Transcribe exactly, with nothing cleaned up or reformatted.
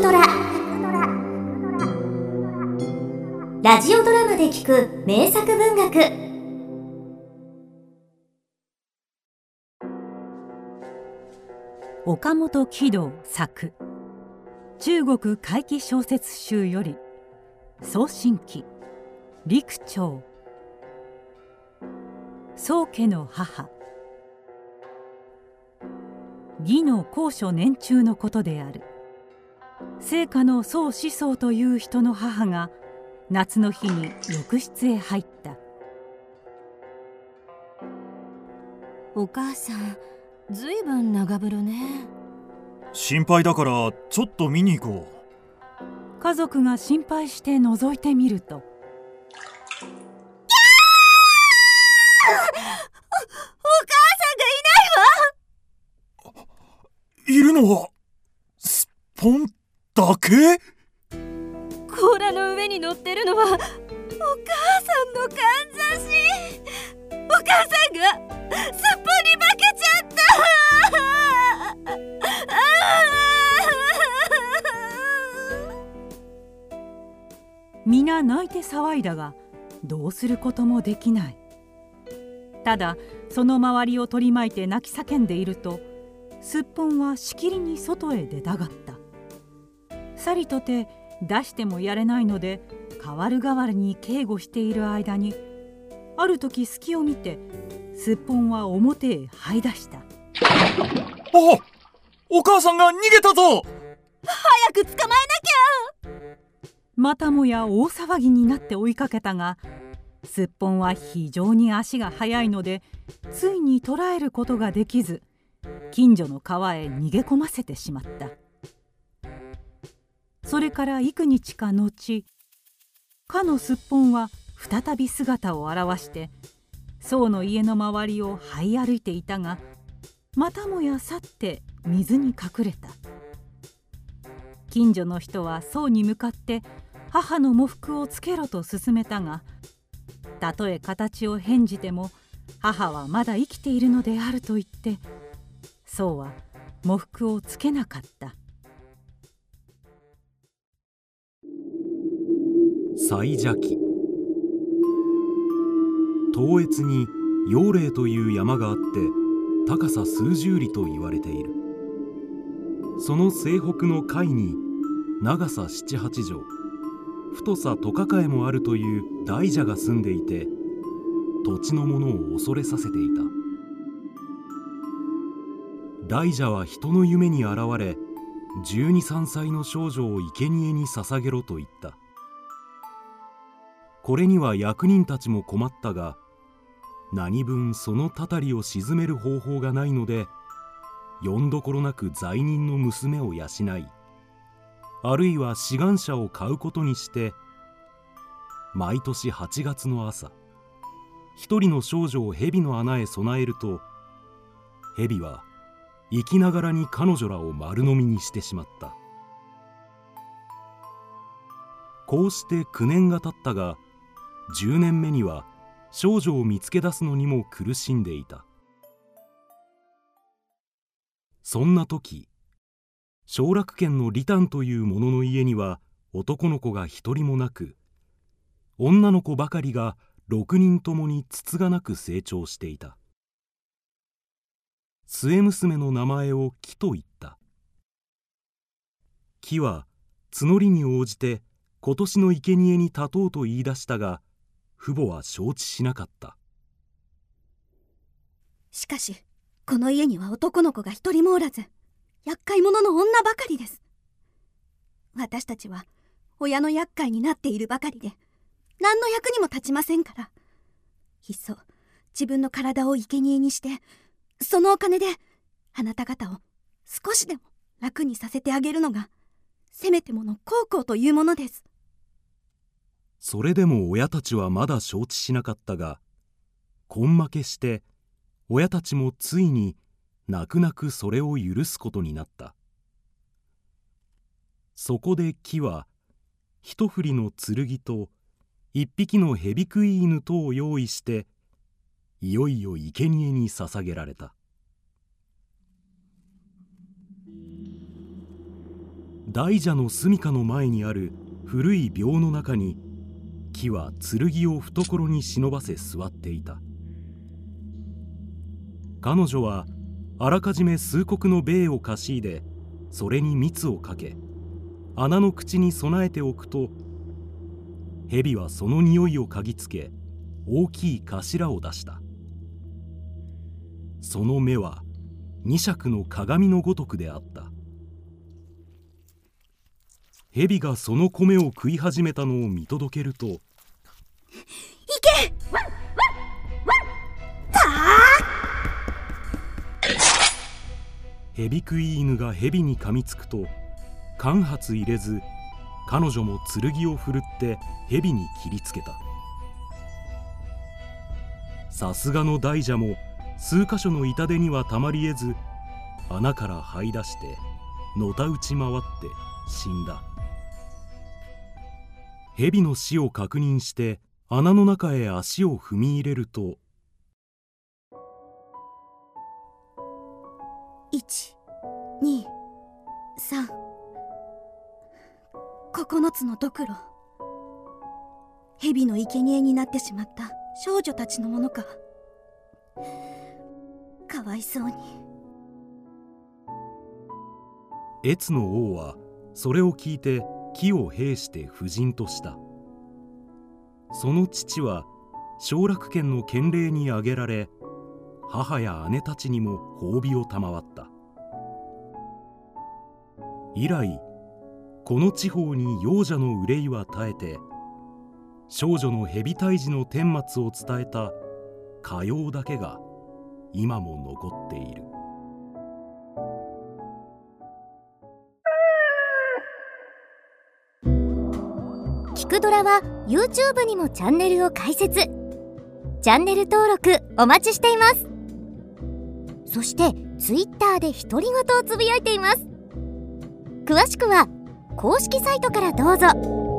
トラ。ラジオドラマで聞く名作文学。 岡本喜道作中国怪奇小説集より送信記陸長宗家の母。義の高所年中のことである。聖家の宗思想という人の母が夏の日に浴室へ入った。 お母さん、ずいぶん長風呂ね。 心配だからちょっと見に行こう。家族が心配して覗いてみると、 いるのはスッポンだけ？ 甲羅の上に乗ってるのはお母さんのかんざし。お母さんがすっぽんに化けちゃった皆泣いて騒いだがどうすることもできない。ただその周りを取り巻いて泣き叫んでいると、すっぽんはしきりに外へ出たがった。さりとて出してもやれないので、代わる代わるに警護している間に、ある時隙を見てすっぽんは表へ這い出した。 あ、お母さんが逃げたぞ。 早く捕まえなきゃ。 またもや大騒ぎになって追いかけたが、すっぽんは非常に足が速いので、ついに捕らえることができず、近所の川へ逃げ込ませてしまった。それから幾日か後、かのすっぽんは再び姿を現して宗の家の周りを這い歩いていたが、またもや去って水に隠れた。近所の人は宗に向かって母の喪服をつけろと勧めたが、たとえ形を変じても母はまだ生きているのであると言って、宗は喪服をつけなかった。 西邪記。東越に陽嶺という山があって、高さ数十里と言われている。その西北の海に長さ七八丈、太さ十抱えもあるという大蛇が住んでいて、土地の者を恐れさせていた。大蛇は人の夢に現れ、じゅうに、さんさいの少女を生贄に捧げろと言った。これには役人たちも困ったが、何分そのたたりを鎮める方法がないので、よんどころなく罪人の娘を養い、あるいは志願者を買うことにして、毎年はちがつの朝、一人の少女を蛇の穴へ備えると、蛇は生きながらに彼女らを丸飲みにしてしまった。こうしてきゅうねんが経ったが、じゅうねんめには少女を見つけ出すのにも苦しんでいた。そんな時、奨楽県の李丹という者の家には男の子が一人もなく、女の子ばかりが六人ともにつつがなく成長していた。末娘の名前を木と言った。木は募りに応じて今年の生贄に立とうと言い出したが、父母は承知しなかった。 しかしこの家には男の子が一人もおらず、厄介者の女ばかりです。私たちは親の厄介になっているばかりで、何の役にも立ちませんから、いっそ自分の体を生贄にして、そのお金であなた方を少しでも楽にさせてあげるのが、せめてもの孝行というものです。 それでも親たちはまだ承知しなかったが、根負けして親たちもついに泣く泣くそれを許すことになった。そこで木は一振りの剣と一匹の蛇食い犬とを用意して、いよいよ生贄に捧げら大蛇の住処の前にある古い廟の中に、木は剣を懐に忍ばせ座っていた。彼女はあらかじめ数石の米をかしいで、それに蜜をかけ、穴の口に備えておくと、蛇はその匂いを嗅ぎつけ、大きい頭を出した。その目は二尺の鏡のごとくであった。蛇がその米を食い始めたのを見届けると、いけ！ 蛇食い犬が蛇に噛みつくと、間髪入れず彼女も剣を振るって蛇に切りつけた。さすがの大蛇も数箇所の痛手にはたまりえず、穴から這い出してのたうち回って死んだ。蛇の死を確認して穴の中へ足を踏み入れると、 いち、に、さん、ここのつのドクロ。蛇の生贄になってしまった少女たちのものか。かわいそうに。 越の王はそれを聞いて木を兵して夫人とした。その父は奨楽県の県令に挙げられ、母や姉たちにも褒美を賜った。以来この地方に幼者の憂いは絶えて、少女の蛇退治の顛末を伝えた歌謡だけが今も残っている。 キクドラは YouTube にもチャンネルを開設。チャンネル登録お待ちしています。そして Twitter で独り言をつぶやいています。詳しくは公式サイトからどうぞ。